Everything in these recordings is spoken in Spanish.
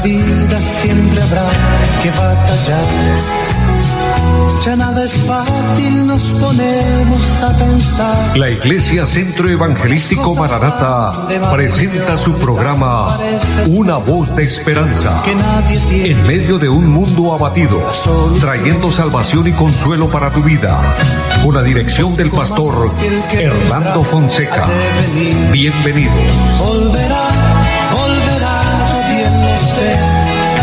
vida siempre habrá que batallar. Ya nada es fácil, nos ponemos a pensar. La Iglesia Centro Evangelístico Maranata presenta su programa Una Voz de Esperanza. En medio de un mundo abatido, trayendo salvación y consuelo para tu vida. Con la dirección del pastor Hernando Fonseca. Bienvenidos. Volverá, yo bien lo sé.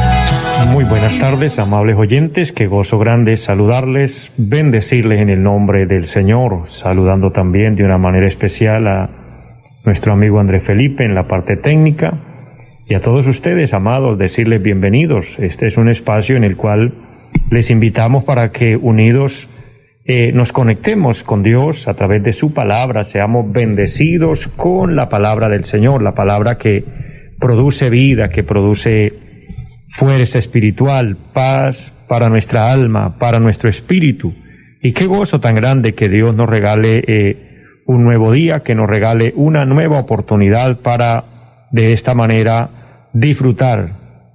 Muy buenas tardes, amables oyentes, qué gozo grande saludarles, bendecirles en el nombre del Señor, saludando también de una manera especial a nuestro amigo Andrés Felipe en la parte técnica, y a todos ustedes, amados, decirles bienvenidos. Este es un espacio en el cual les invitamos para que unidos nos conectemos con Dios a través de su palabra, seamos bendecidos con la palabra del Señor, la palabra que produce vida, que produce fuerza espiritual, paz para nuestra alma, para nuestro espíritu. Y qué gozo tan grande que Dios nos regale un nuevo día, que nos regale una nueva oportunidad para de esta manera disfrutar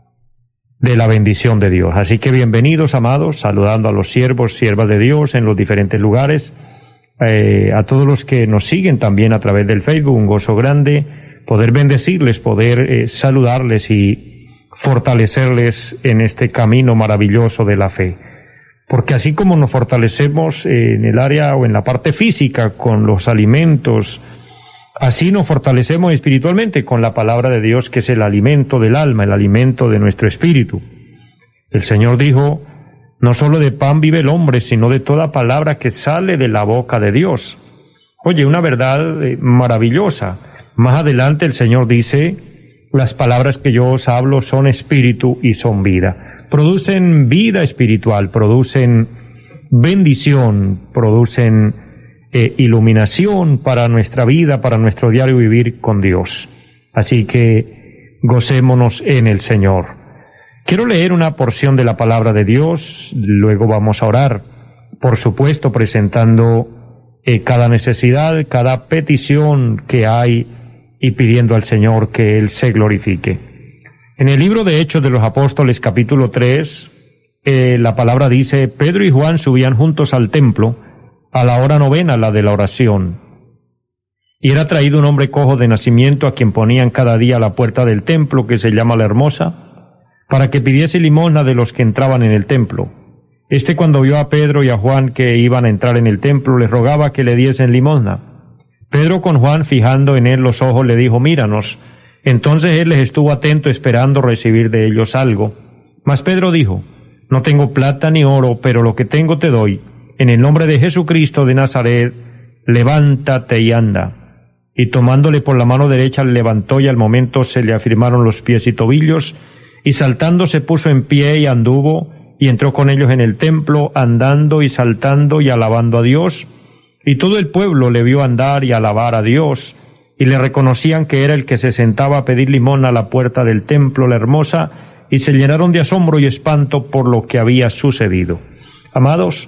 de la bendición de Dios. Así que bienvenidos, amados, saludando a los siervos, siervas de Dios en los diferentes lugares, a todos los que nos siguen también a través del Facebook, un gozo grande poder bendecirles, poder saludarles y fortalecerles en este camino maravilloso de la fe. Porque así como nos fortalecemos en el área o en la parte física con los alimentos, así nos fortalecemos espiritualmente con la palabra de Dios, que es el alimento del alma, el alimento de nuestro espíritu. El Señor dijo, no solo de pan vive el hombre, sino de toda palabra que sale de la boca de Dios. Oye, una verdad maravillosa. Más adelante el Señor dice, las palabras que yo os hablo son espíritu y son vida. Producen vida espiritual, producen bendición, producen iluminación para nuestra vida, para nuestro diario vivir con Dios. Así que gocémonos en el Señor. Quiero leer una porción de la palabra de Dios, luego vamos a orar, por supuesto presentando cada necesidad, cada petición que hay, y pidiendo al Señor que Él se glorifique. En el libro de Hechos de los Apóstoles, capítulo 3, la palabra dice, Pedro y Juan subían juntos al templo a la hora novena, la de la oración. Y era traído un hombre cojo de nacimiento a quien ponían cada día a la puerta del templo, que se llama La Hermosa, para que pidiese limosna de los que entraban en el templo. Este, cuando vio a Pedro y a Juan que iban a entrar en el templo, les rogaba que le diesen limosna. Pedro, con Juan fijando en él los ojos, le dijo, míranos. Entonces él les estuvo atento esperando recibir de ellos algo. Mas Pedro dijo, no tengo plata ni oro, pero lo que tengo te doy. En el nombre de Jesucristo de Nazaret, levántate y anda. Y tomándole por la mano derecha le levantó, y al momento se le afirmaron los pies y tobillos, y saltando se puso en pie y anduvo, y entró con ellos en el templo, andando y saltando y alabando a Dios. Y todo el pueblo le vio andar y alabar a Dios, y le reconocían que era el que se sentaba a pedir limosna a la puerta del templo, La Hermosa, y se llenaron de asombro y espanto por lo que había sucedido. Amados,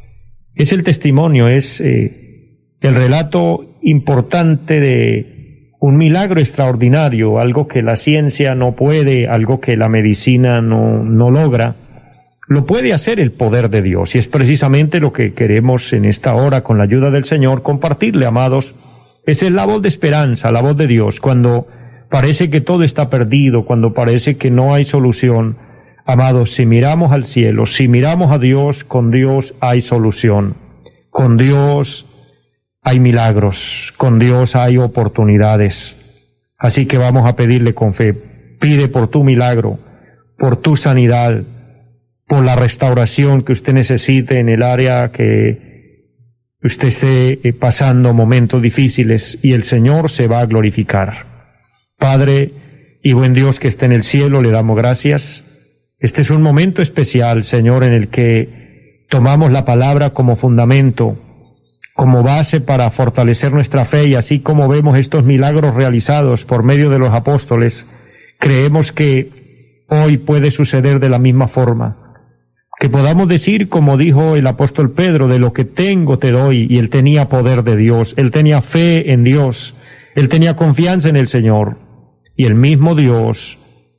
es el testimonio, es el relato importante de un milagro extraordinario, algo que la ciencia no puede, algo que la medicina no logra. Lo puede hacer el poder de Dios, y es precisamente lo que queremos en esta hora, con la ayuda del Señor, compartirle, amados. Esa es la voz de esperanza, la voz de Dios, cuando parece que todo está perdido, cuando parece que no hay solución. Amados, si miramos al cielo, si miramos a Dios, con Dios hay solución. Con Dios hay milagros, con Dios hay oportunidades. Así que vamos a pedirle con fe. Pide por tu milagro, por tu sanidad, por la restauración que usted necesite en el área que usted esté pasando momentos difíciles, y el Señor se va a glorificar. Padre y buen Dios que está en el cielo, le damos gracias. Este es un momento especial, Señor, en el que tomamos la palabra como fundamento, como base para fortalecer nuestra fe, y así como vemos estos milagros realizados por medio de los apóstoles, creemos que hoy puede suceder de la misma forma. Que podamos decir, como dijo el apóstol Pedro, de lo que tengo te doy, y él tenía poder de Dios, él tenía fe en Dios, él tenía confianza en el Señor, y el mismo Dios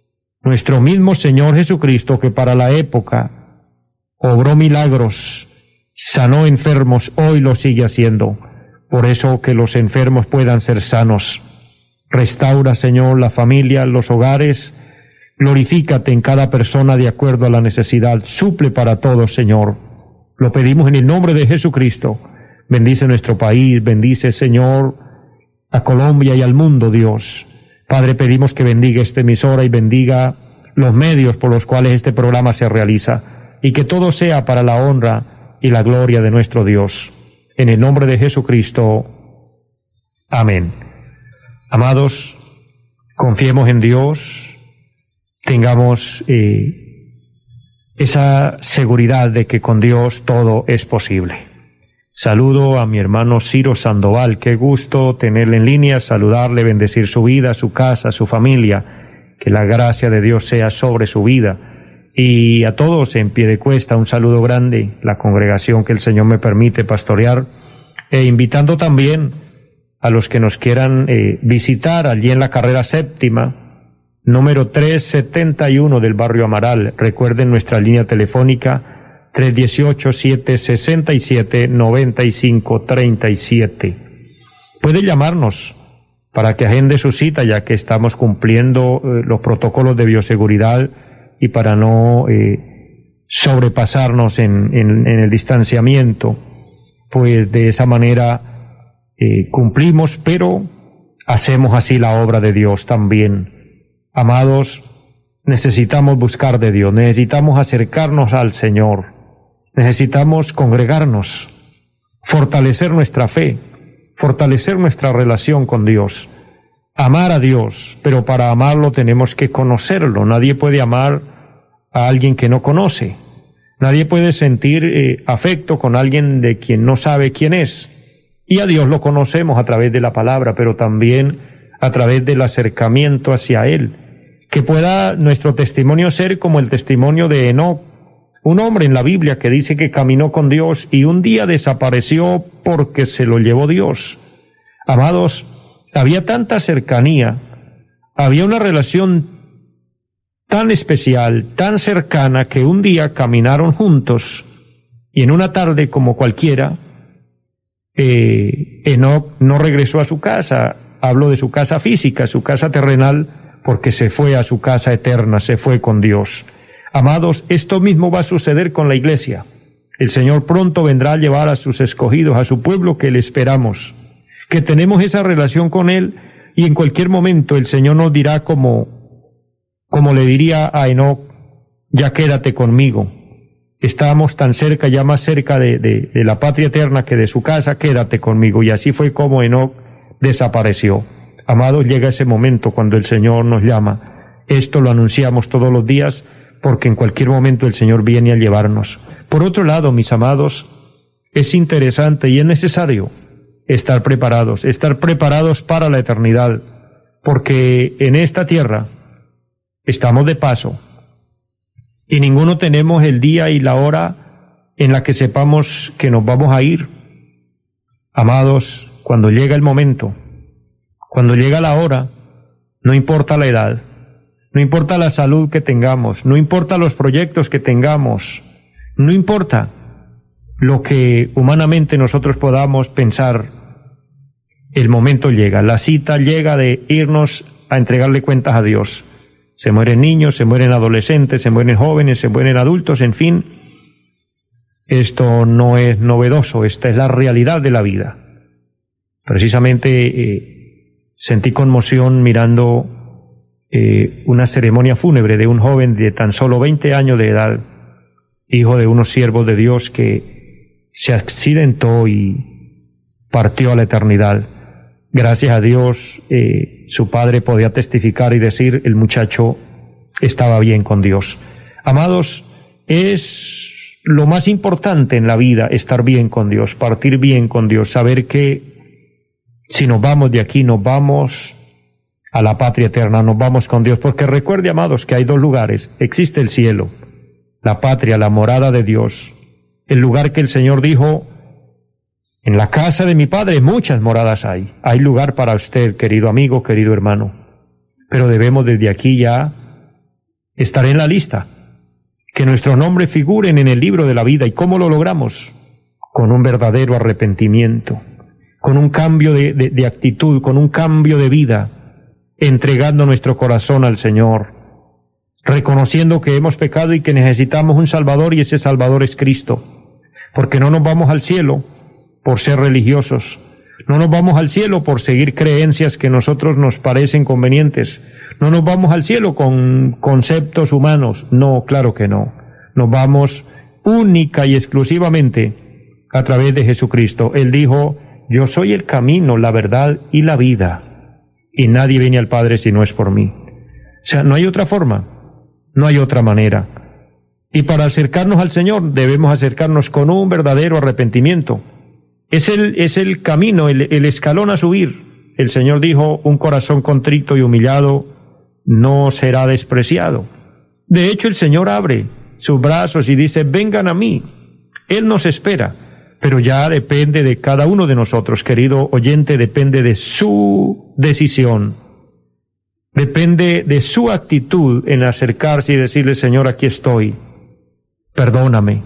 nuestro mismo Señor Jesucristo, que para la época obró milagros, sanó enfermos, hoy lo sigue haciendo. Por eso que los enfermos puedan ser sanos. Restaura, Señor, la familia, los hogares. Glorifícate en cada persona de acuerdo a la necesidad. Suple para todos, Señor. Lo pedimos en el nombre de Jesucristo. Bendice nuestro país, bendice, Señor, a Colombia y al mundo, Dios. Padre, pedimos que bendiga esta emisora y bendiga los medios por los cuales este programa se realiza, y que todo sea para la honra y la gloria de nuestro Dios. En el nombre de Jesucristo. Amén. Amados, confiemos en Dios, tengamos esa seguridad de que con Dios todo es posible. Saludo a mi hermano Ciro Sandoval, qué gusto tenerle en línea, saludarle, bendecir su vida, su casa, su familia, que la gracia de Dios sea sobre su vida. Y a todos en Piedecuesta, un saludo grande, la congregación que el Señor me permite pastorear, e invitando también a los que nos quieran visitar allí en la carrera séptima, número 371 del barrio Amaral. Recuerden nuestra línea telefónica 318-767-9537. Puede llamarnos para que agende su cita, ya que estamos cumpliendo los protocolos de bioseguridad y para no sobrepasarnos en el distanciamiento, pues de esa manera cumplimos, pero hacemos así la obra de Dios también. Amados, necesitamos buscar de Dios, necesitamos acercarnos al Señor, necesitamos congregarnos, fortalecer nuestra fe, fortalecer nuestra relación con Dios, amar a Dios, pero para amarlo tenemos que conocerlo. Nadie puede amar a alguien que no conoce. Nadie puede sentir afecto con alguien de quien no sabe quién es. Y a Dios lo conocemos a través de la palabra, pero también a través del acercamiento hacia Él. Que pueda nuestro testimonio ser como el testimonio de Enoc, un hombre en la Biblia que dice que caminó con Dios y un día desapareció porque se lo llevó Dios. Amados, había tanta cercanía, había una relación tan especial, tan cercana, que un día caminaron juntos y en una tarde como cualquiera, Enoc no regresó a su casa. Hablo de su casa física, su casa terrenal, porque se fue a su casa eterna, se fue con Dios. Amados, esto mismo va a suceder con la iglesia. El Señor pronto vendrá a llevar a sus escogidos, a su pueblo que le esperamos, que tenemos esa relación con Él, y en cualquier momento el Señor nos dirá como le diría a Enoc: ya quédate conmigo. Estábamos tan cerca, ya más cerca de la patria eterna que de su casa, quédate conmigo. Y así fue como Enoc desapareció. Amados, llega ese momento cuando el Señor nos llama. Esto lo anunciamos todos los días, porque en cualquier momento el Señor viene a llevarnos. Por otro lado, mis amados, es interesante y es necesario estar preparados para la eternidad, porque en esta tierra estamos de paso y ninguno tenemos el día y la hora en la que sepamos que nos vamos a ir. Amados, cuando llega el momento, cuando llega la hora, no importa la edad, no importa la salud que tengamos, no importa los proyectos que tengamos, no importa lo que humanamente nosotros podamos pensar, el momento llega, la cita llega de irnos a entregarle cuentas a Dios. Se mueren niños, se mueren adolescentes, se mueren jóvenes, se mueren adultos, en fin. Esto no es novedoso, esta es la realidad de la vida. Precisamente sentí conmoción mirando una ceremonia fúnebre de un joven de tan solo 20 años de edad, hijo de unos siervos de Dios, que se accidentó y partió a la eternidad. Gracias a Dios, su padre podía testificar y decir: el muchacho estaba bien con Dios. Amados, es lo más importante en la vida, estar bien con Dios, partir bien con Dios, saber que si nos vamos de aquí, nos vamos a la patria eterna, nos vamos con Dios. Porque recuerde, amados, que hay dos lugares. Existe el cielo, la patria, la morada de Dios, el lugar que el Señor dijo: en la casa de mi Padre muchas moradas hay. Hay lugar para usted, querido amigo, querido hermano. Pero debemos desde aquí ya estaré en la lista, que nuestros nombres figuren en el libro de la vida. ¿Y cómo lo logramos? Con un verdadero arrepentimiento, con un cambio de actitud, con un cambio de vida, entregando nuestro corazón al Señor, reconociendo que hemos pecado y que necesitamos un Salvador, y ese Salvador es Cristo, porque no nos vamos al cielo por ser religiosos, no nos vamos al cielo por seguir creencias que a nosotros nos parecen convenientes, no nos vamos al cielo con conceptos humanos, no, claro que no, nos vamos única y exclusivamente a través de Jesucristo. Él dijo: yo soy el camino, la verdad y la vida, y nadie viene al Padre si no es por mí. O sea, no hay otra forma, no hay otra manera. Y para acercarnos al Señor debemos acercarnos con un verdadero arrepentimiento. Es el camino, el escalón a subir. El Señor dijo: un corazón contrito y humillado no será despreciado. De hecho, el Señor abre sus brazos y dice: vengan a mí. Él nos espera, pero ya depende de cada uno de nosotros, querido oyente, depende de su decisión, depende de su actitud en acercarse y decirle: Señor, aquí estoy, perdóname.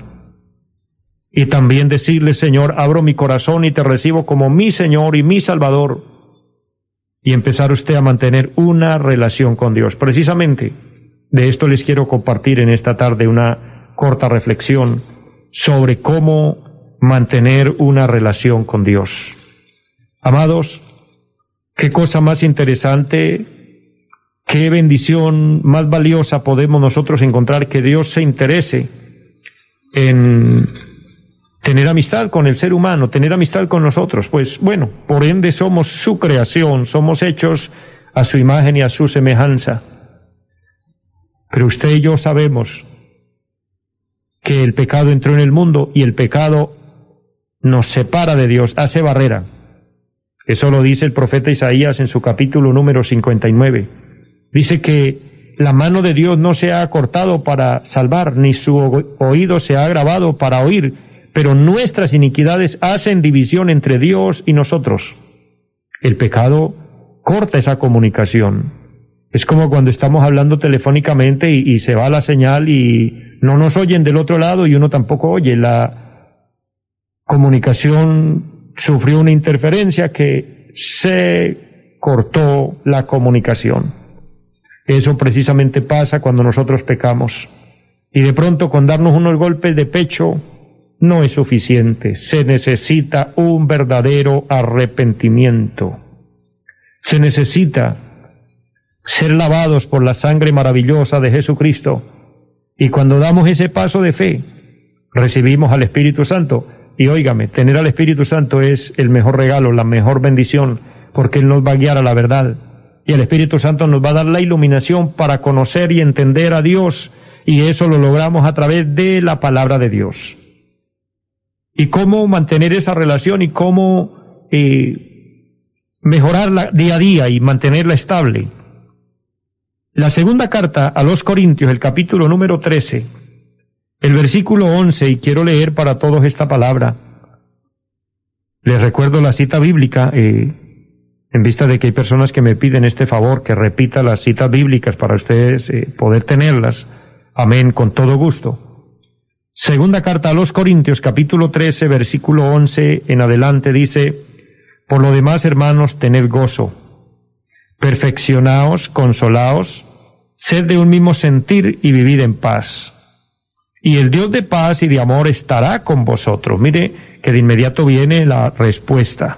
Y también decirle: Señor, abro mi corazón y te recibo como mi Señor y mi Salvador. Y empezar usted a mantener una relación con Dios. Precisamente de esto les quiero compartir en esta tarde una corta reflexión sobre cómo mantener una relación con Dios. Amados, qué cosa más interesante, qué bendición más valiosa podemos nosotros encontrar, que Dios se interese en tener amistad con el ser humano, tener amistad con nosotros. Pues bueno, por ende somos su creación, somos hechos a su imagen y a su semejanza. Pero usted y yo sabemos que el pecado entró en el mundo y el pecado nos separa de Dios, hace barrera. Eso lo dice el profeta Isaías en su capítulo número 59. Dice que la mano de Dios no se ha cortado para salvar, ni su oído se ha agravado para oír, pero nuestras iniquidades hacen división entre Dios y nosotros. El pecado corta esa comunicación. Es como cuando estamos hablando telefónicamente y se va la señal y no nos oyen del otro lado y uno tampoco oye. La comunicación sufrió una interferencia que se cortó la comunicación. Eso precisamente pasa cuando nosotros pecamos. Y de pronto, con darnos unos golpes de pecho no es suficiente. Se necesita un verdadero arrepentimiento. Se necesita ser lavados por la sangre maravillosa de Jesucristo. Y cuando damos ese paso de fe, recibimos al Espíritu Santo. Y óigame, tener al Espíritu Santo es el mejor regalo, la mejor bendición, porque Él nos va a guiar a la verdad. Y el Espíritu Santo nos va a dar la iluminación para conocer y entender a Dios. Y eso lo logramos a través de la palabra de Dios. Y cómo mantener esa relación y cómo mejorarla día a día y mantenerla estable. La segunda carta a los Corintios, el capítulo número 13, el versículo 11, y quiero leer para todos esta palabra. Les recuerdo la cita bíblica, en vista de que hay personas que me piden este favor, que repita las citas bíblicas para ustedes poder tenerlas. Amén, con todo gusto. Segunda carta a los Corintios, capítulo 13, versículo 11 en adelante, dice: por lo demás, hermanos, tened gozo, perfeccionaos, consolaos, sed de un mismo sentir y vivid en paz. Y el Dios de paz y de amor estará con vosotros. Mire que de inmediato viene la respuesta.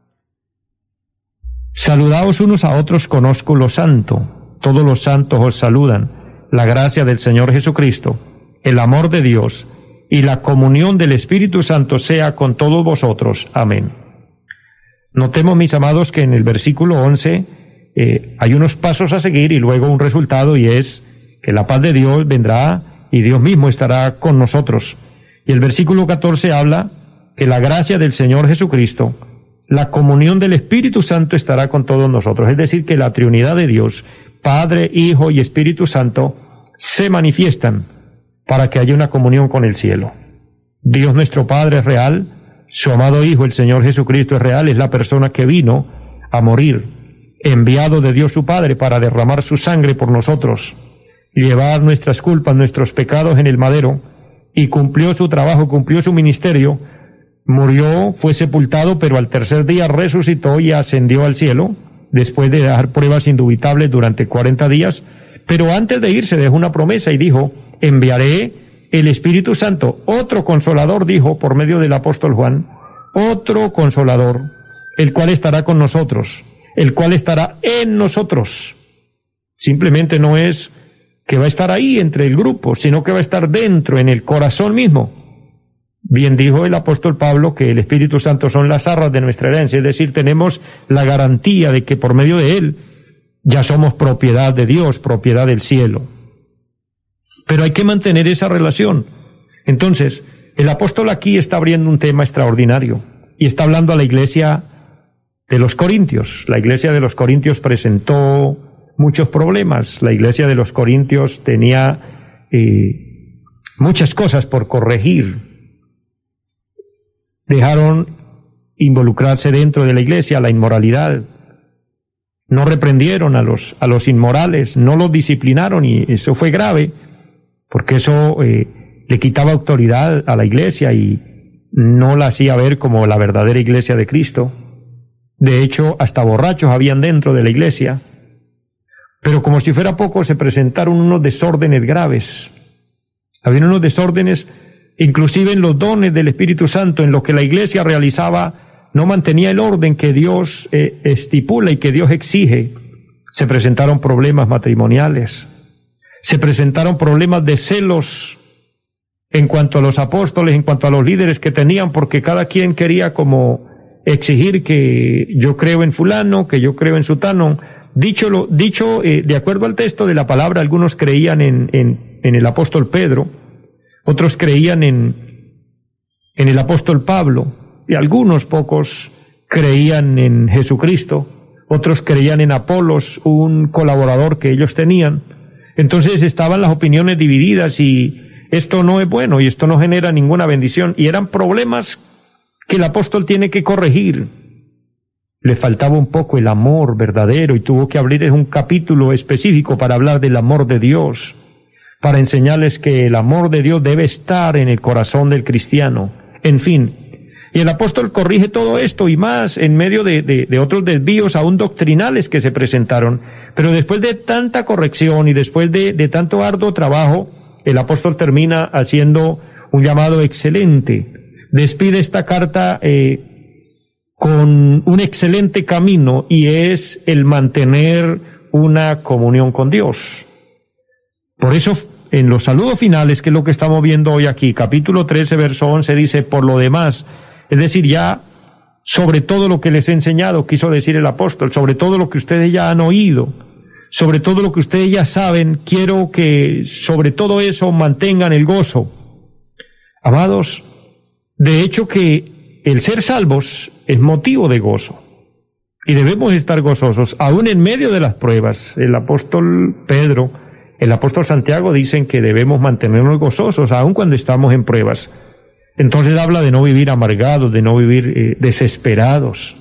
Saludaos unos a otros con ósculo santo. Todos los santos os saludan. La gracia del Señor Jesucristo, el amor de Dios y la comunión del Espíritu Santo sea con todos vosotros. Amén. Notemos, mis amados, que en el versículo 11 hay unos pasos a seguir y luego un resultado, y es que la paz de Dios vendrá y Dios mismo estará con nosotros. Y el versículo 14 habla que la gracia del Señor Jesucristo, la comunión del Espíritu Santo estará con todos nosotros. Es decir, que la Trinidad de Dios, Padre, Hijo y Espíritu Santo, se manifiestan para que haya una comunión con el cielo. Dios nuestro Padre es real, su amado Hijo, el Señor Jesucristo, es real, es la persona que vino a morir, enviado de Dios su Padre para derramar su sangre por nosotros. llevar nuestras culpas, nuestros pecados en el madero, y cumplió su trabajo, cumplió su ministerio, murió, fue sepultado, pero al tercer día resucitó y ascendió al cielo, después de dar pruebas indubitables durante 40 días, pero antes de irse dejó una promesa y dijo: enviaré el Espíritu Santo, otro consolador, dijo por medio del apóstol Juan, otro consolador, el cual estará con nosotros, el cual estará en nosotros. Simplemente no es que va a estar ahí entre el grupo, sino que va a estar dentro, en el corazón mismo. Bien dijo el apóstol Pablo que el Espíritu Santo son las arras de nuestra herencia, es decir, tenemos la garantía de que por medio de él ya somos propiedad de Dios, propiedad del cielo. Pero hay que mantener esa relación. Entonces, el apóstol aquí está abriendo un tema extraordinario y está hablando a la iglesia de los Corintios. La iglesia de los Corintios presentó muchos problemas. La iglesia de los Corintios tenía muchas cosas por corregir. Dejaron involucrarse dentro de la iglesia la inmoralidad. No reprendieron a los inmorales, no los disciplinaron, y eso fue grave, porque eso le quitaba autoridad a la iglesia y no la hacía ver como la verdadera iglesia de Cristo. De hecho, hasta borrachos habían dentro de la iglesia. Pero como si fuera poco, se presentaron unos desórdenes graves. Habían unos desórdenes, inclusive en los dones del Espíritu Santo, en lo que la iglesia realizaba, no mantenía el orden que Dios estipula y que Dios exige. Se presentaron problemas matrimoniales. Se presentaron problemas de celos en cuanto a los apóstoles, en cuanto a los líderes que tenían, porque cada quien quería como exigir que yo creo en fulano, que yo creo en sutano. Dicho de acuerdo al texto de la palabra, algunos creían en el apóstol Pedro, otros creían en el apóstol Pablo, y algunos pocos creían en Jesucristo, otros creían en Apolos, un colaborador que ellos tenían. Entonces estaban las opiniones divididas y esto no es bueno y esto no genera ninguna bendición, y eran problemas que el apóstol tiene que corregir. Le faltaba un poco el amor verdadero y tuvo que abrir un capítulo específico para hablar del amor de Dios, para enseñarles que el amor de Dios debe estar en el corazón del cristiano. En fin, y el apóstol corrige todo esto y más en medio de otros desvíos aún doctrinales que se presentaron. Pero después de tanta corrección y después de tanto arduo trabajo, el apóstol termina haciendo un llamado excelente. Despide esta carta con un excelente camino, y es el mantener una comunión con Dios. Por eso, en los saludos finales, que es lo que estamos viendo hoy aquí, capítulo 13, verso 11, dice: por lo demás, es decir, ya sobre todo lo que les he enseñado, quiso decir el apóstol, sobre todo lo que ustedes ya han oído, sobre todo lo que ustedes ya saben, quiero que sobre todo eso mantengan el gozo. Amados, de hecho que el ser salvos es motivo de gozo, y debemos estar gozosos, aún en medio de las pruebas. El apóstol Pedro, el apóstol Santiago dicen que debemos mantenernos gozosos, aún cuando estamos en pruebas. Entonces habla de no vivir amargados, de no vivir desesperados,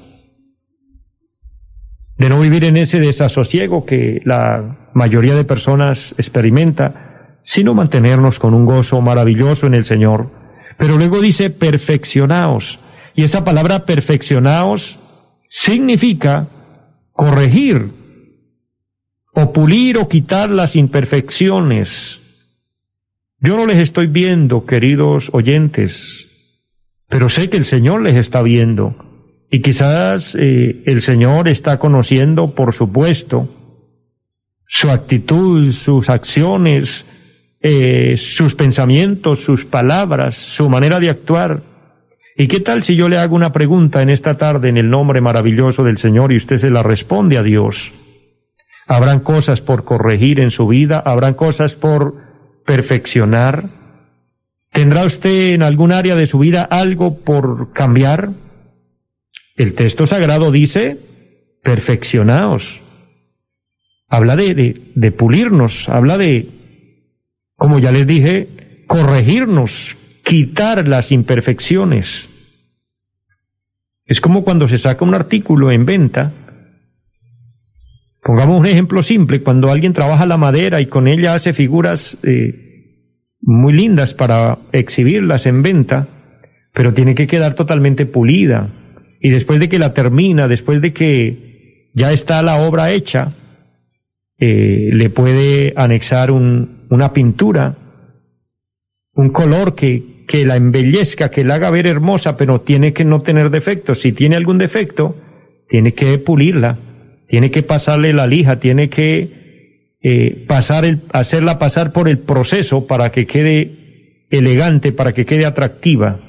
de no vivir en ese desasosiego que la mayoría de personas experimenta, sino mantenernos con un gozo maravilloso en el Señor. Pero luego dice: perfeccionaos. Y esa palabra perfeccionaos significa corregir, o pulir o quitar las imperfecciones. Yo no les estoy viendo, queridos oyentes, pero sé que el Señor les está viendo. Y quizás el Señor está conociendo, por supuesto, su actitud, sus acciones, sus pensamientos, sus palabras, su manera de actuar. ¿Y qué tal si yo le hago una pregunta en esta tarde en el nombre maravilloso del Señor y usted se la responde a Dios? ¿Habrán cosas por corregir en su vida? ¿Habrán cosas por perfeccionar? ¿Tendrá usted en algún área de su vida algo por cambiar? El texto sagrado dice: perfeccionaos. Habla de pulirnos, habla de, como ya les dije, corregirnos, quitar las imperfecciones. Es como cuando se saca un artículo en venta, Pongamos un ejemplo simple: cuando alguien trabaja la madera y con ella hace figuras muy lindas para exhibirlas en venta, pero tiene que quedar totalmente pulida, y después de que la termina, después de que ya está la obra hecha, le puede anexar una pintura, un color que la embellezca, que la haga ver hermosa, pero tiene que no tener defectos. Si tiene algún defecto, tiene que pulirla, tiene que pasarle la lija, tiene que hacerla pasar por el proceso para que quede elegante, para que quede atractiva.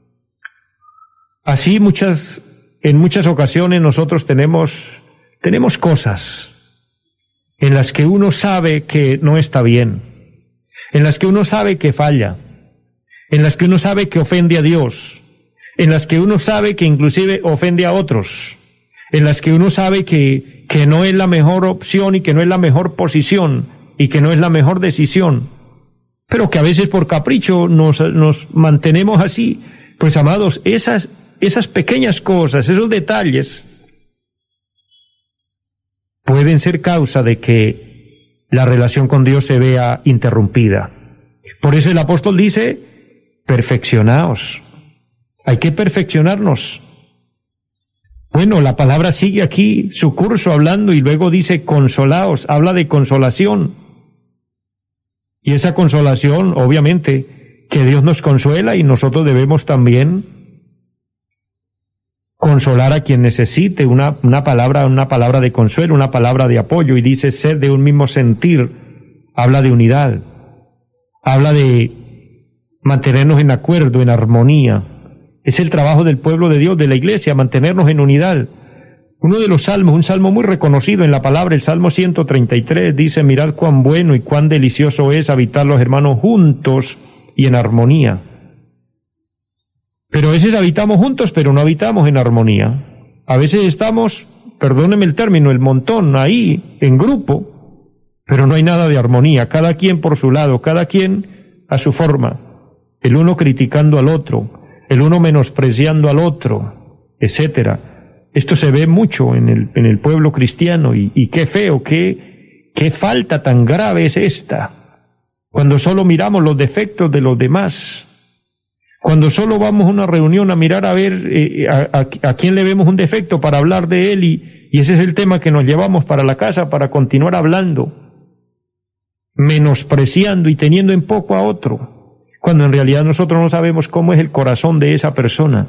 Así en muchas ocasiones nosotros tenemos cosas en las que uno sabe que no está bien, en las que uno sabe que falla, en las que uno sabe que ofende a Dios, en las que uno sabe que inclusive ofende a otros, en las que uno sabe que no es la mejor opción y que no es la mejor posición y que no es la mejor decisión, pero que a veces por capricho nos mantenemos así. Pues amados, esas pequeñas cosas, esos detalles, pueden ser causa de que la relación con Dios se vea interrumpida. Por eso el apóstol dice: perfeccionaos. Hay que perfeccionarnos. Bueno, la palabra sigue aquí su curso hablando y luego dice consolaos, habla de consolación. Y esa consolación, obviamente, que Dios nos consuela, y nosotros debemos también consolar a quien necesite una palabra de consuelo, una palabra de apoyo. Y dice ser de un mismo sentir, habla de unidad, habla de mantenernos en acuerdo, en armonía. Es el trabajo del pueblo de Dios, de la iglesia, mantenernos en unidad. Uno de los salmos, un salmo muy reconocido en la palabra, el Salmo 133, dice: mirad cuán bueno y cuán delicioso es habitar los hermanos juntos y en armonía. Pero a veces habitamos juntos, pero no habitamos en armonía. A veces estamos, perdónenme el término, el montón, ahí, en grupo, pero no hay nada de armonía. Cada quien por su lado, cada quien a su forma. El uno criticando al otro, el uno menospreciando al otro, etcétera. Esto se ve mucho en el pueblo cristiano, y qué feo, qué falta tan grave es esta. Cuando solo miramos los defectos de los demás, cuando solo vamos a una reunión a mirar a ver a quién le vemos un defecto para hablar de él, y ese es el tema que nos llevamos para la casa para continuar hablando, menospreciando y teniendo en poco a otro, cuando en realidad nosotros no sabemos cómo es el corazón de esa persona.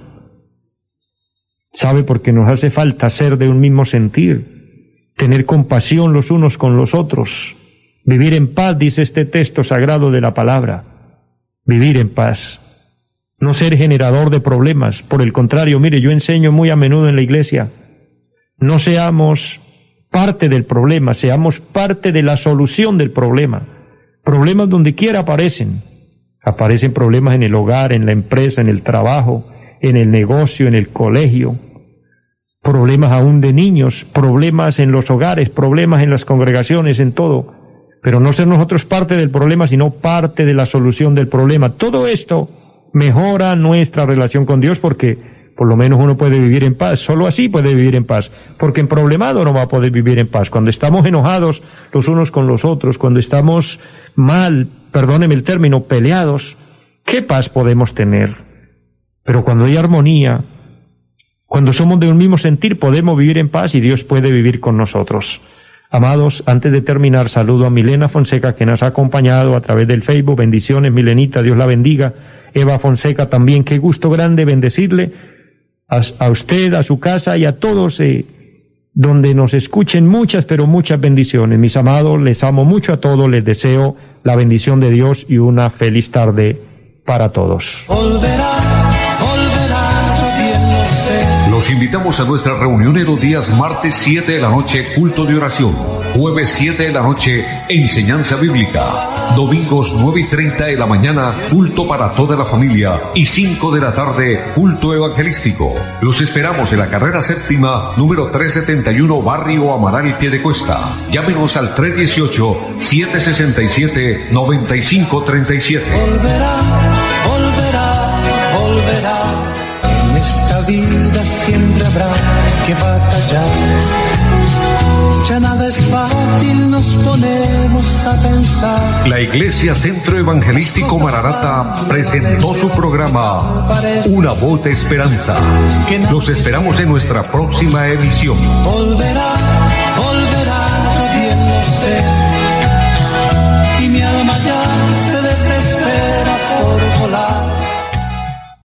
¿Sabe? Porque nos hace falta ser de un mismo sentir, tener compasión los unos con los otros, vivir en paz, dice este texto sagrado de la palabra, vivir en paz. No ser generador de problemas. Por el contrario, mire, yo enseño muy a menudo en la iglesia: no seamos parte del problema, seamos parte de la solución del problema. Problemas donde quiera aparecen. Aparecen problemas en el hogar, en la empresa, en el trabajo, en el negocio, en el colegio. Problemas aún de niños, problemas en los hogares, problemas en las congregaciones, en todo. Pero no ser nosotros parte del problema, sino parte de la solución del problema. Todo esto mejora nuestra relación con Dios, porque por lo menos uno puede vivir en paz. Solo así puede vivir en paz, porque en problemado no va a poder vivir en paz. Cuando estamos enojados los unos con los otros, cuando estamos mal, perdóneme el término, peleados, ¿qué paz podemos tener? Pero cuando hay armonía, cuando somos de un mismo sentir, podemos vivir en paz y Dios puede vivir con nosotros. Amados, antes de terminar, saludo a Milena Fonseca, que nos ha acompañado a través del Facebook. Bendiciones, Milenita, Dios la bendiga. Eva Fonseca también, qué gusto grande bendecirle a usted, a su casa y a todos donde nos escuchen. Muchas, pero muchas bendiciones. Mis amados, les amo mucho a todos, les deseo la bendición de Dios y una feliz tarde para todos. Los invitamos a nuestra reunión en los días martes 7 de la noche, culto de oración, jueves 7 de la noche, enseñanza bíblica, domingos 9:30 de la mañana, culto para toda la familia, y 5 de la tarde, culto evangelístico. Los esperamos en la carrera séptima, número 371, barrio Amaral, Piedecuesta. Llámenos al 318-767-9537. Volverá. En esta vida siempre habrá que batallar. Ya nada es fácil, nos ponemos a pensar. La Iglesia Centro Evangelístico Maranata presentó su programa Una Voz de Esperanza. Los esperamos en nuestra próxima emisión. Volverá